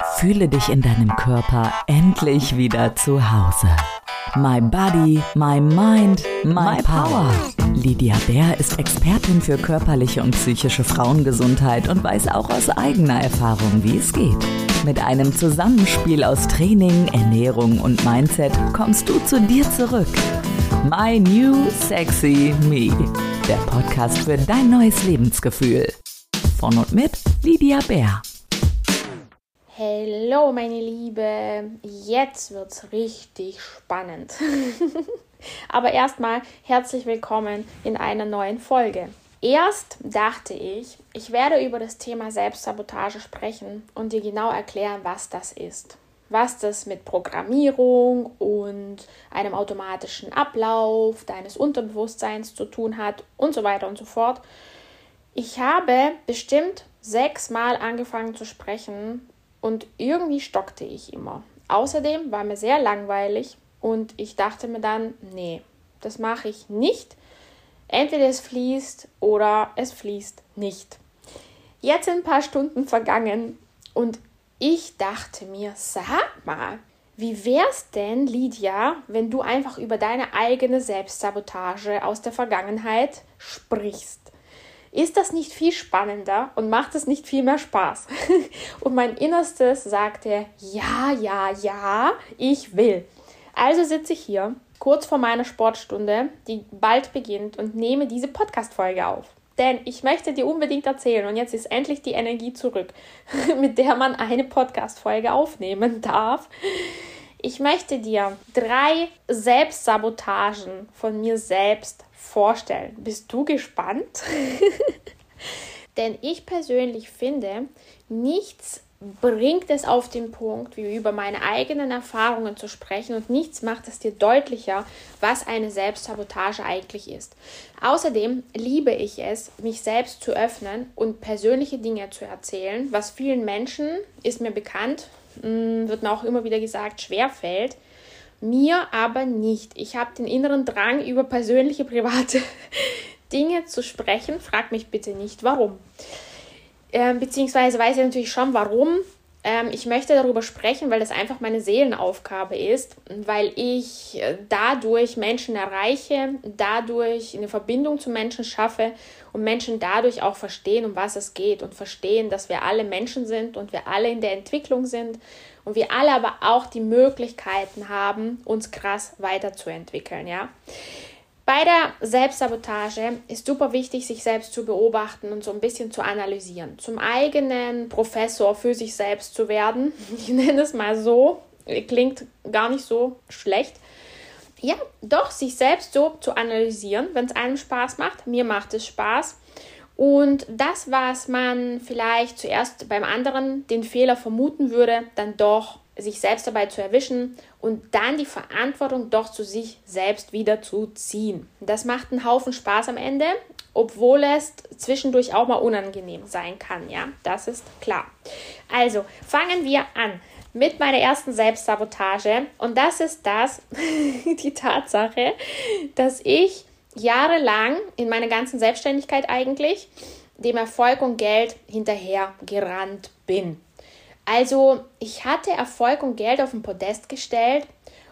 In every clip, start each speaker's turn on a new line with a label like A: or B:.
A: Fühle dich in deinem Körper endlich wieder zu Hause. My Body, My Mind, My Power. Lydia Bär ist Expertin für körperliche und psychische Frauengesundheit und weiß auch aus eigener Erfahrung, wie es geht. Mit einem Zusammenspiel aus Training, Ernährung und Mindset kommst du zu dir zurück. My New Sexy Me, der Podcast für dein neues Lebensgefühl. Von und mit Lydia Bär.
B: Hallo meine Liebe, jetzt wird's richtig spannend. Aber erstmal herzlich willkommen in einer neuen Folge. Erst dachte ich werde über das Thema Selbstsabotage sprechen und dir genau erklären, was das ist. Was das mit Programmierung und einem automatischen Ablauf deines Unterbewusstseins zu tun hat und so weiter und so fort. Ich habe bestimmt 6 Mal angefangen zu sprechen und irgendwie stockte ich immer. Außerdem war mir sehr langweilig und ich dachte mir dann, nee, das mache ich nicht. Entweder es fließt oder es fließt nicht. Jetzt sind ein paar Stunden vergangen und ich dachte mir, sag mal, wie wär's denn, Lydia, wenn du einfach über deine eigene Selbstsabotage aus der Vergangenheit sprichst? Ist das nicht viel spannender und macht es nicht viel mehr Spaß? Und mein Innerstes sagte, ja, ich will. Also sitze ich hier, kurz vor meiner Sportstunde, die bald beginnt, und nehme diese Podcast-Folge auf. Denn ich möchte dir unbedingt erzählen, und jetzt ist endlich die Energie zurück, mit der man eine Podcast-Folge aufnehmen darf. Ich möchte dir 3 Selbstsabotagen von mir selbst vorstellen. Bist du gespannt? Denn ich persönlich finde, nichts bringt es auf den Punkt, wie über meine eigenen Erfahrungen zu sprechen, und nichts macht es dir deutlicher, was eine Selbstsabotage eigentlich ist. Außerdem liebe ich es, mich selbst zu öffnen und persönliche Dinge zu erzählen, was vielen Menschen, ist mir bekannt, wird mir auch immer wieder gesagt, schwerfällt. Mir aber nicht. Ich habe den inneren Drang, über persönliche, private Dinge zu sprechen. Frag mich bitte nicht, warum. Beziehungsweise weiß ich natürlich schon, warum. Ich möchte darüber sprechen, weil das einfach meine Seelenaufgabe ist, weil ich dadurch Menschen erreiche, dadurch eine Verbindung zu Menschen schaffe und Menschen dadurch auch verstehen, um was es geht, und verstehen, dass wir alle Menschen sind und wir alle in der Entwicklung sind und wir alle aber auch die Möglichkeiten haben, uns krass weiterzuentwickeln, ja. Bei der Selbstsabotage ist super wichtig, sich selbst zu beobachten und so ein bisschen zu analysieren. Zum eigenen Professor für sich selbst zu werden. Ich nenne es mal so. Klingt gar nicht so schlecht. Ja, doch, sich selbst so zu analysieren, wenn es einem Spaß macht. Mir macht es Spaß. Und das, was man vielleicht zuerst beim anderen den Fehler vermuten würde, dann doch sich selbst dabei zu erwischen und dann die Verantwortung doch zu sich selbst wieder zu ziehen. Das macht einen Haufen Spaß am Ende, obwohl es zwischendurch auch mal unangenehm sein kann, ja, das ist klar. Also, fangen wir an mit meiner ersten Selbstsabotage, und das ist die Tatsache, dass ich jahrelang in meiner ganzen Selbstständigkeit eigentlich dem Erfolg und Geld hinterher gerannt bin. Also ich hatte Erfolg und Geld auf den Podest gestellt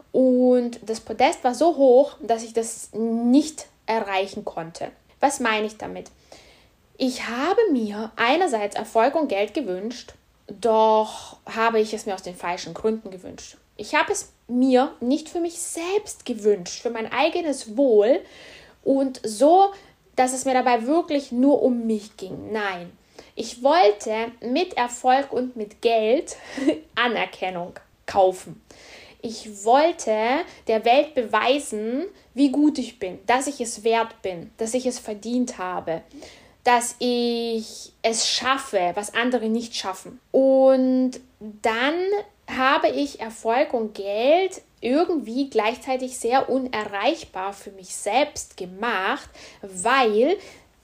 B: und das Podest war so hoch, dass ich das nicht erreichen konnte. Was meine ich damit? Ich habe mir einerseits Erfolg und Geld gewünscht, doch habe ich es mir aus den falschen Gründen gewünscht. Ich habe es mir nicht für mich selbst gewünscht, für mein eigenes Wohl und so, dass es mir dabei wirklich nur um mich ging. Nein. Ich wollte mit Erfolg und mit Geld Anerkennung kaufen. Ich wollte der Welt beweisen, wie gut ich bin, dass ich es wert bin, dass ich es verdient habe, dass ich es schaffe, was andere nicht schaffen. Und dann habe ich Erfolg und Geld irgendwie gleichzeitig sehr unerreichbar für mich selbst gemacht, weil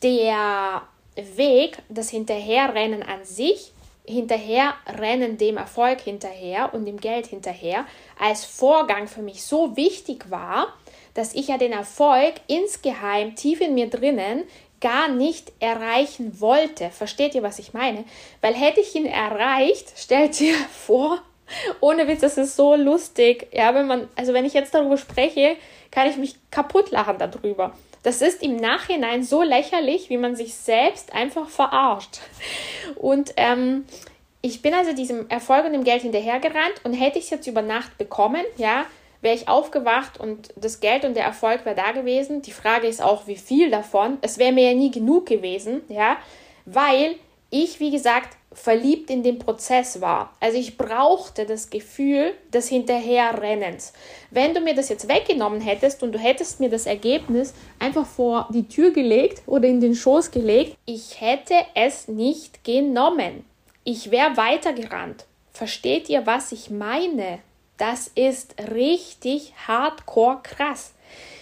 B: der Weg, das Hinterherrennen an sich, Hinterherrennen dem Erfolg hinterher und dem Geld hinterher, als Vorgang für mich so wichtig war, dass ich ja den Erfolg insgeheim tief in mir drinnen gar nicht erreichen wollte. Versteht ihr, was ich meine? Weil hätte ich ihn erreicht, stellt ihr vor, ohne Witz, das ist so lustig. Ja, wenn ich jetzt darüber spreche, kann ich mich kaputt lachen darüber. Das ist im Nachhinein so lächerlich, wie man sich selbst einfach verarscht. Und ich bin also diesem Erfolg und dem Geld hinterhergerannt und hätte ich es jetzt über Nacht bekommen, ja, wäre ich aufgewacht und das Geld und der Erfolg wäre da gewesen. Die Frage ist auch, wie viel davon. Es wäre mir ja nie genug gewesen, ja, weil ich, wie gesagt, verliebt in den Prozess war. Also ich brauchte das Gefühl des Hinterherrennens. Wenn du mir das jetzt weggenommen hättest und du hättest mir das Ergebnis einfach vor die Tür gelegt oder in den Schoß gelegt, ich hätte es nicht genommen. Ich wäre weitergerannt. Versteht ihr, was ich meine? Das ist richtig hardcore krass.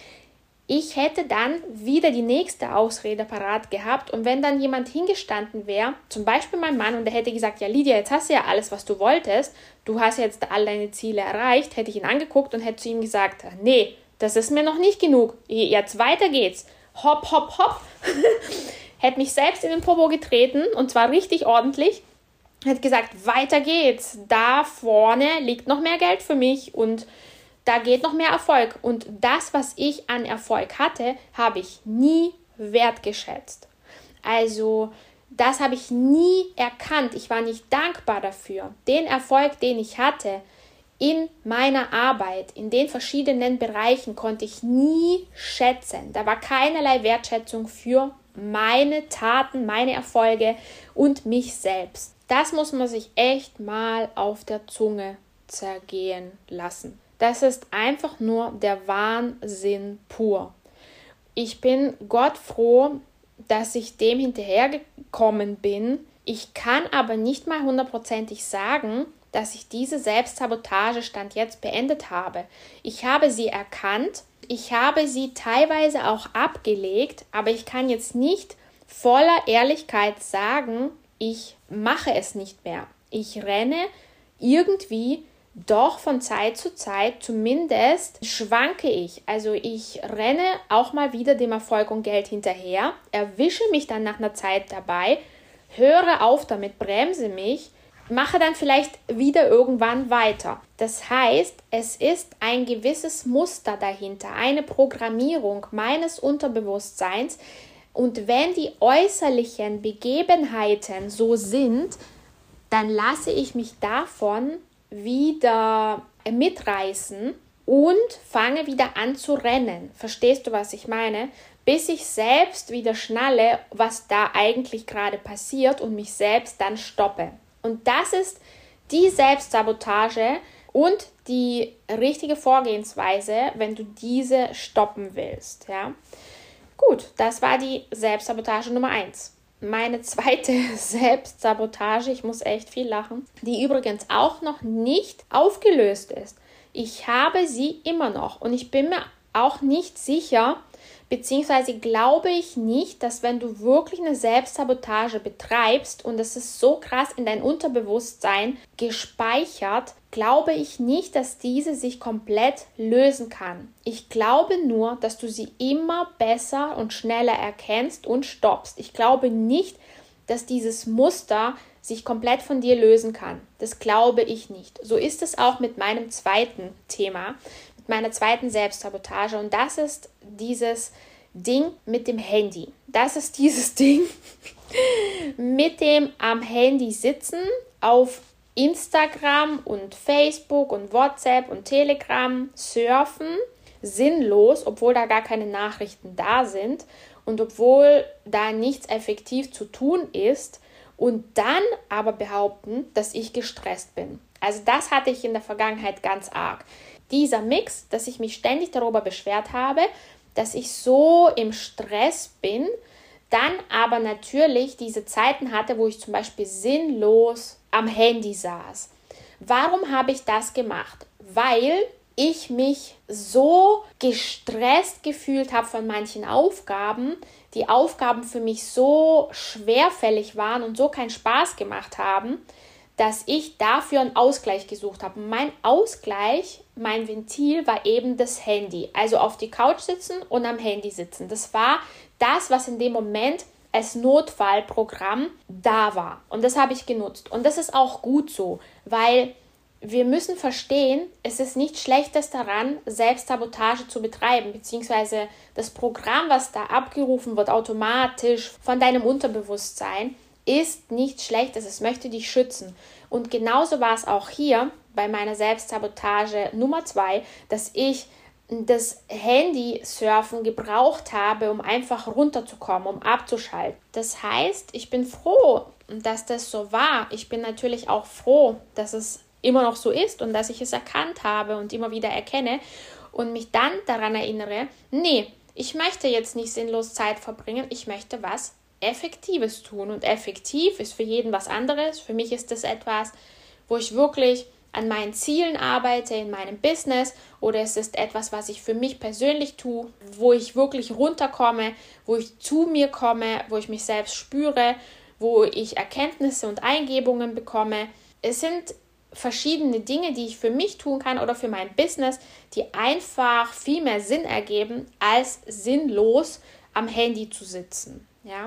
B: Ich hätte dann wieder die nächste Ausrede parat gehabt und wenn dann jemand hingestanden wäre, zum Beispiel mein Mann, und der hätte gesagt, ja Lydia, jetzt hast du ja alles, was du wolltest, du hast jetzt all deine Ziele erreicht, hätte ich ihn angeguckt und hätte zu ihm gesagt, nee, das ist mir noch nicht genug, jetzt weiter geht's, hopp, hopp, hopp, hätte mich selbst in den Popo getreten und zwar richtig ordentlich, hätte gesagt, weiter geht's, da vorne liegt noch mehr Geld für mich und da geht noch mehr Erfolg. Und das, was ich an Erfolg hatte, habe ich nie wertgeschätzt. Also das habe ich nie erkannt. Ich war nicht dankbar dafür. Den Erfolg, den ich hatte in meiner Arbeit, in den verschiedenen Bereichen, konnte ich nie schätzen. Da war keinerlei Wertschätzung für meine Taten, meine Erfolge und mich selbst. Das muss man sich echt mal auf der Zunge zergehen lassen. Das ist einfach nur der Wahnsinn pur. Ich bin Gott froh, dass ich dem hinterhergekommen bin. Ich kann aber nicht mal 100% sagen, dass ich diese Selbstsabotage Stand jetzt beendet habe. Ich habe sie erkannt, ich habe sie teilweise auch abgelegt, aber ich kann jetzt nicht voller Ehrlichkeit sagen, ich mache es nicht mehr. Ich renne irgendwie doch von Zeit zu Zeit, zumindest schwanke ich. Also ich renne auch mal wieder dem Erfolg und Geld hinterher, erwische mich dann nach einer Zeit dabei, höre auf damit, bremse mich, mache dann vielleicht wieder irgendwann weiter. Das heißt, es ist ein gewisses Muster dahinter, eine Programmierung meines Unterbewusstseins. Und wenn die äußerlichen Begebenheiten so sind, dann lasse ich mich davon wieder mitreißen und fange wieder an zu rennen. Verstehst du, was ich meine? Bis ich selbst wieder schnalle, was da eigentlich gerade passiert und mich selbst dann stoppe. Und das ist die Selbstsabotage und die richtige Vorgehensweise, wenn du diese stoppen willst. Ja? Gut, das war die Selbstsabotage Nummer 1. Meine zweite Selbstsabotage, ich muss echt viel lachen, die übrigens auch noch nicht aufgelöst ist. Ich habe sie immer noch und ich bin mir auch nicht sicher, beziehungsweise glaube ich nicht, dass wenn du wirklich eine Selbstsabotage betreibst und es ist so krass in dein Unterbewusstsein gespeichert, glaube ich nicht, dass diese sich komplett lösen kann. Ich glaube nur, dass du sie immer besser und schneller erkennst und stoppst. Ich glaube nicht, dass dieses Muster sich komplett von dir lösen kann. Das glaube ich nicht. So ist es auch mit meinem zweiten Thema, mit meiner zweiten Selbstsabotage und das ist dieses Ding mit dem Handy. Das ist dieses Ding mit dem am Handy sitzen, auf Instagram und Facebook und WhatsApp und Telegram surfen, sinnlos, obwohl da gar keine Nachrichten da sind und obwohl da nichts effektiv zu tun ist und dann aber behaupten, dass ich gestresst bin. Also das hatte ich in der Vergangenheit ganz arg. Dieser Mix, dass ich mich ständig darüber beschwert habe, dass ich so im Stress bin, dann aber natürlich diese Zeiten hatte, wo ich zum Beispiel sinnlos am Handy saß. Warum habe ich das gemacht? Weil ich mich so gestresst gefühlt habe von manchen Aufgaben, die Aufgaben für mich so schwerfällig waren und so keinen Spaß gemacht haben, dass ich dafür einen Ausgleich gesucht habe. Mein Ausgleich, mein Ventil war eben das Handy. Also auf die Couch sitzen und am Handy sitzen. Das war das, was in dem Moment als Notfallprogramm da war. Und das habe ich genutzt. Und das ist auch gut so, weil wir müssen verstehen, es ist nichts Schlechtes daran, Selbstsabotage zu betreiben, beziehungsweise das Programm, was da abgerufen wird, automatisch von deinem Unterbewusstsein, ist nichts Schlechtes. Es möchte dich schützen. Und genauso war es auch hier bei meiner Selbstsabotage Nummer 2, dass ich das Handy-Surfen gebraucht habe, um einfach runterzukommen, um abzuschalten. Das heißt, ich bin froh, dass das so war. Ich bin natürlich auch froh, dass es immer noch so ist und dass ich es erkannt habe und immer wieder erkenne und mich dann daran erinnere, nee, ich möchte jetzt nicht sinnlos Zeit verbringen, ich möchte was Effektives tun. Und effektiv ist für jeden was anderes. Für mich ist das etwas, wo ich wirklich an meinen Zielen arbeite in meinem Business, oder es ist etwas, was ich für mich persönlich tue, wo ich wirklich runterkomme, wo ich zu mir komme, wo ich mich selbst spüre, wo ich Erkenntnisse und Eingebungen bekomme. Es sind verschiedene Dinge, die ich für mich tun kann oder für mein Business, die einfach viel mehr Sinn ergeben, als sinnlos am Handy zu sitzen. Ja?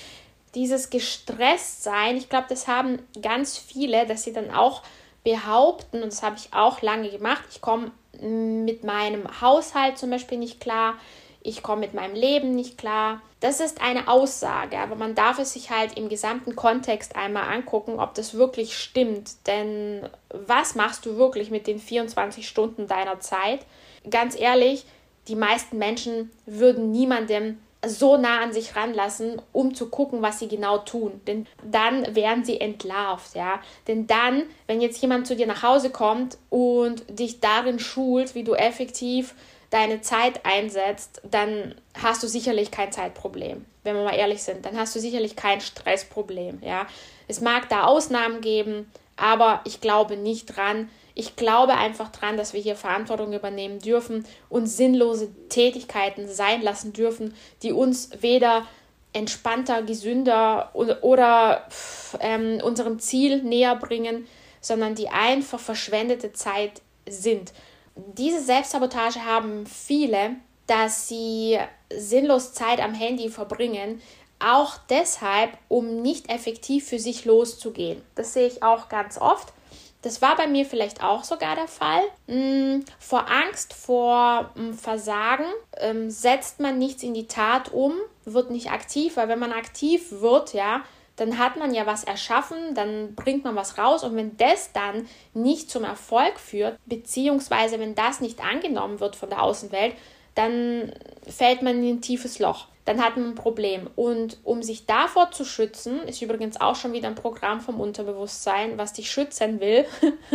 B: Dieses Gestresstsein, ich glaube, das haben ganz viele, dass sie dann auch behaupten, und das habe ich auch lange gemacht, ich komme mit meinem Haushalt zum Beispiel nicht klar, ich komme mit meinem Leben nicht klar. Das ist eine Aussage, aber man darf es sich halt im gesamten Kontext einmal angucken, ob das wirklich stimmt. Denn was machst du wirklich mit den 24 Stunden deiner Zeit? Ganz ehrlich, die meisten Menschen würden niemandem so nah an sich ranlassen, um zu gucken, was sie genau tun. Denn dann werden sie entlarvt, ja. Denn dann, wenn jetzt jemand zu dir nach Hause kommt und dich darin schult, wie du effektiv deine Zeit einsetzt, dann hast du sicherlich kein Zeitproblem, wenn wir mal ehrlich sind. Dann hast du sicherlich kein Stressproblem, ja. Es mag da Ausnahmen geben, aber ich glaube nicht dran. Ich glaube einfach dran, dass wir hier Verantwortung übernehmen dürfen und sinnlose Tätigkeiten sein lassen dürfen, die uns weder entspannter, gesünder oder unserem Ziel näher bringen, sondern die einfach verschwendete Zeit sind. Diese Selbstsabotage haben viele, dass sie sinnlos Zeit am Handy verbringen, auch deshalb, um nicht effektiv für sich loszugehen. Das sehe ich auch ganz oft. Das war bei mir vielleicht auch sogar der Fall. Vor Angst, vor Versagen setzt man nichts in die Tat um, wird nicht aktiv, weil wenn man aktiv wird, ja, dann hat man ja was erschaffen, dann bringt man was raus, und wenn das dann nicht zum Erfolg führt, beziehungsweise wenn das nicht angenommen wird von der Außenwelt, dann fällt man in ein tiefes Loch. Dann hat man ein Problem. Und um sich davor zu schützen, ist übrigens auch schon wieder ein Programm vom Unterbewusstsein, was dich schützen will,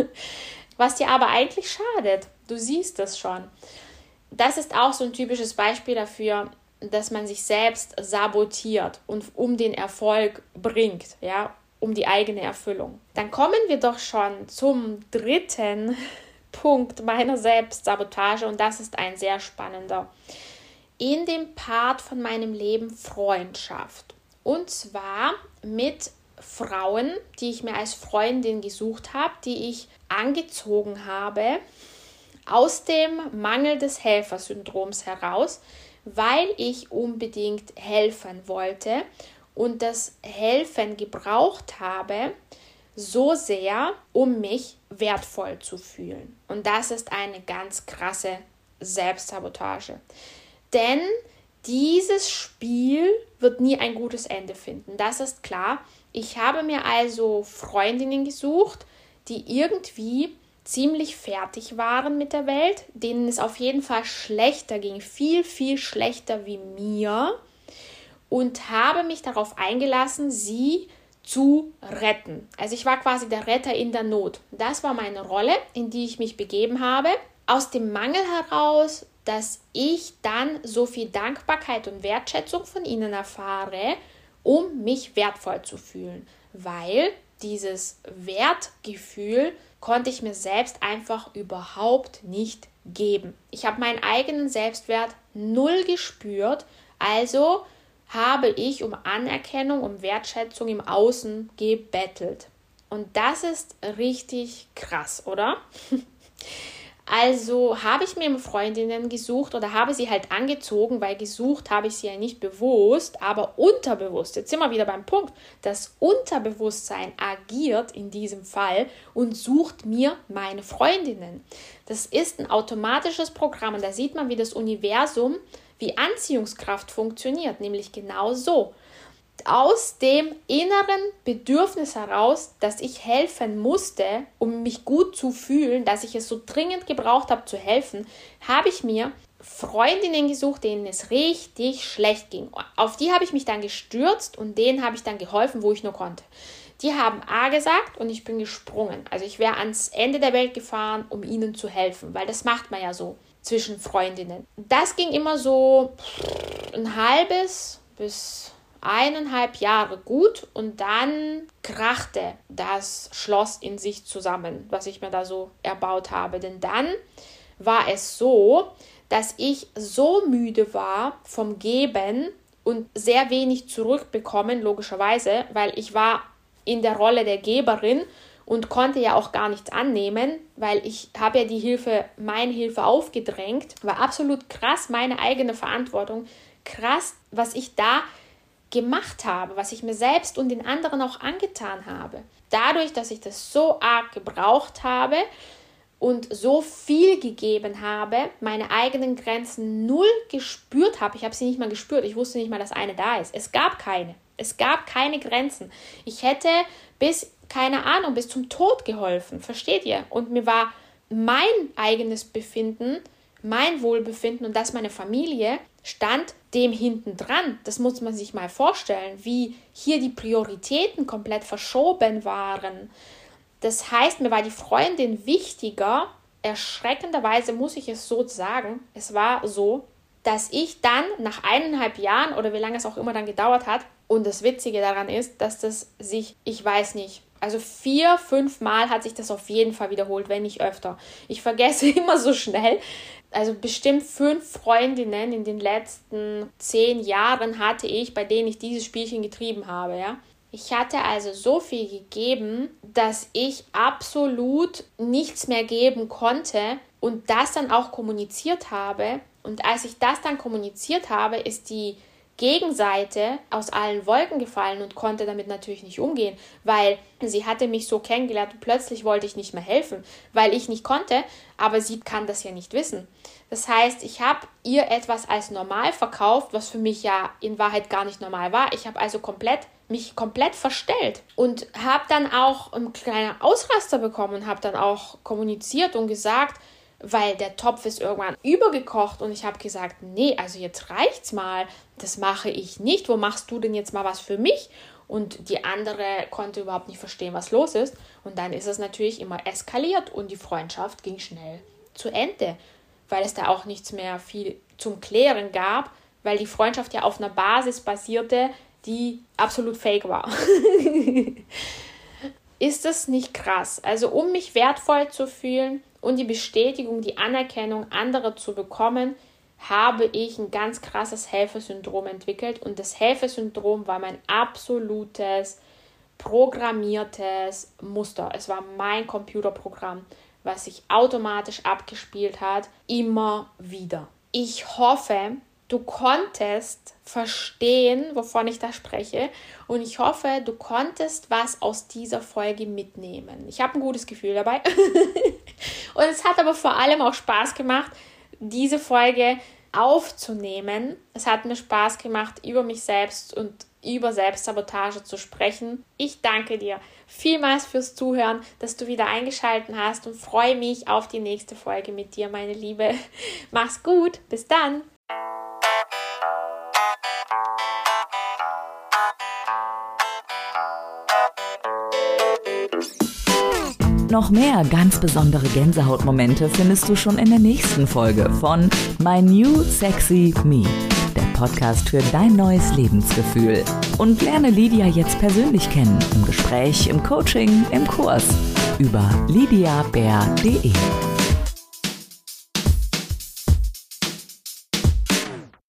B: was dir aber eigentlich schadet. Du siehst es schon. Das ist auch so ein typisches Beispiel dafür, dass man sich selbst sabotiert und um den Erfolg bringt, ja, um die eigene Erfüllung. Dann kommen wir doch schon zum 3. Punkt meiner Selbstsabotage, und das ist ein sehr spannender. In dem Part von meinem Leben Freundschaft. Und zwar mit Frauen, die ich mir als Freundin gesucht habe, die ich angezogen habe aus dem Mangel des Helfersyndroms heraus, weil ich unbedingt helfen wollte und das Helfen gebraucht habe, so sehr, um mich wertvoll zu fühlen. Und das ist eine ganz krasse Selbstsabotage. Denn dieses Spiel wird nie ein gutes Ende finden. Das ist klar. Ich habe mir also Freundinnen gesucht, die irgendwie ziemlich fertig waren mit der Welt, denen es auf jeden Fall schlechter ging, viel, viel schlechter wie mir, und habe mich darauf eingelassen, sie zu retten. Also ich war quasi der Retter in der Not. Das war meine Rolle, in die ich mich begeben habe. Aus dem Mangel heraus, dass ich dann so viel Dankbarkeit und Wertschätzung von ihnen erfahre, um mich wertvoll zu fühlen. Weil dieses Wertgefühl konnte ich mir selbst einfach überhaupt nicht geben. Ich habe meinen eigenen Selbstwert null gespürt, also habe ich um Anerkennung, um Wertschätzung im Außen gebettelt. Und das ist richtig krass, oder? Also habe ich mir Freundinnen gesucht oder habe sie halt angezogen, weil gesucht habe ich sie ja nicht bewusst, aber unterbewusst. Jetzt sind wir wieder beim Punkt. Das Unterbewusstsein agiert in diesem Fall und sucht mir meine Freundinnen. Das ist ein automatisches Programm und da sieht man, wie das Universum, wie Anziehungskraft funktioniert, nämlich genau so. Aus dem inneren Bedürfnis heraus, dass ich helfen musste, um mich gut zu fühlen, dass ich es so dringend gebraucht habe zu helfen, habe ich mir Freundinnen gesucht, denen es richtig schlecht ging. Auf die habe ich mich dann gestürzt und denen habe ich dann geholfen, wo ich nur konnte. Die haben A gesagt und ich bin gesprungen. Also ich wäre ans Ende der Welt gefahren, um ihnen zu helfen, weil das macht man ja so zwischen Freundinnen. Das ging immer so ein halbes bis 1,5 Jahre gut und dann krachte das Schloss in sich zusammen, was ich mir da so erbaut habe. Denn dann war es so, dass ich so müde war vom Geben und sehr wenig zurückbekommen, logischerweise, weil ich war in der Rolle der Geberin und konnte ja auch gar nichts annehmen, weil ich habe ja die Hilfe, meine Hilfe aufgedrängt. War absolut krass, meine eigene Verantwortung. Krass, was ich da gemacht habe, was ich mir selbst und den anderen auch angetan habe. Dadurch, dass ich das so arg gebraucht habe und so viel gegeben habe, meine eigenen Grenzen null gespürt habe. Ich habe sie nicht mal gespürt. Ich wusste nicht mal, dass eine da ist. Es gab keine. Es gab keine Grenzen. Ich hätte bis zum Tod geholfen. Versteht ihr? Und mir war mein eigenes Befinden, mein Wohlbefinden und das meiner Familie stand dem hinten dran. Das muss man sich mal vorstellen, wie hier die Prioritäten komplett verschoben waren. Das heißt, mir war die Freundin wichtiger. Erschreckenderweise muss ich es so sagen. Es war so, dass ich dann nach 1,5 Jahren oder wie lange es auch immer dann gedauert hat, und das Witzige daran ist, dass das sich, ich weiß nicht, also 4-5 Mal hat sich das auf jeden Fall wiederholt, wenn nicht öfter. Ich vergesse immer so schnell. Also bestimmt 5 Freundinnen in den letzten 10 Jahren hatte ich, bei denen ich dieses Spielchen getrieben habe, ja. Ich hatte also so viel gegeben, dass ich absolut nichts mehr geben konnte und das dann auch kommuniziert habe. Und als ich das dann kommuniziert habe, ist die Gegenseite aus allen Wolken gefallen und konnte damit natürlich nicht umgehen, weil sie hatte mich so kennengelernt und plötzlich wollte ich nicht mehr helfen, weil ich nicht konnte, aber sie kann das ja nicht wissen. Das heißt, ich habe ihr etwas als normal verkauft, was für mich ja in Wahrheit gar nicht normal war. Ich habe also mich komplett verstellt und habe dann auch einen kleinen Ausraster bekommen und habe dann auch kommuniziert und gesagt, weil der Topf ist irgendwann übergekocht und ich habe gesagt, nee, also jetzt reicht's mal, das mache ich nicht, wo machst du denn jetzt mal was für mich? Und die andere konnte überhaupt nicht verstehen, was los ist und dann ist es natürlich immer eskaliert und die Freundschaft ging schnell zu Ende, weil es da auch nichts mehr viel zum Klären gab, weil die Freundschaft ja auf einer Basis basierte, die absolut fake war. Ist das nicht krass? Also um mich wertvoll zu fühlen und die Bestätigung, die Anerkennung anderer zu bekommen, habe ich ein ganz krasses Helfersyndrom entwickelt. Und das Helfersyndrom war mein absolutes, programmiertes Muster. Es war mein Computerprogramm, was sich automatisch abgespielt hat, immer wieder. Ich hoffe, du konntest verstehen, wovon ich da spreche und ich hoffe, du konntest was aus dieser Folge mitnehmen. Ich habe ein gutes Gefühl dabei und es hat aber vor allem auch Spaß gemacht, diese Folge aufzunehmen. Es hat mir Spaß gemacht, über mich selbst und über Selbstsabotage zu sprechen. Ich danke dir vielmals fürs Zuhören, dass du wieder eingeschaltet hast und freue mich auf die nächste Folge mit dir, meine Liebe. Mach's gut, bis dann!
A: Noch mehr ganz besondere Gänsehautmomente findest du schon in der nächsten Folge von My New Sexy Me, der Podcast für dein neues Lebensgefühl. Und lerne Lydia jetzt persönlich kennen, im Gespräch, im Coaching, im Kurs über lydiabär.de.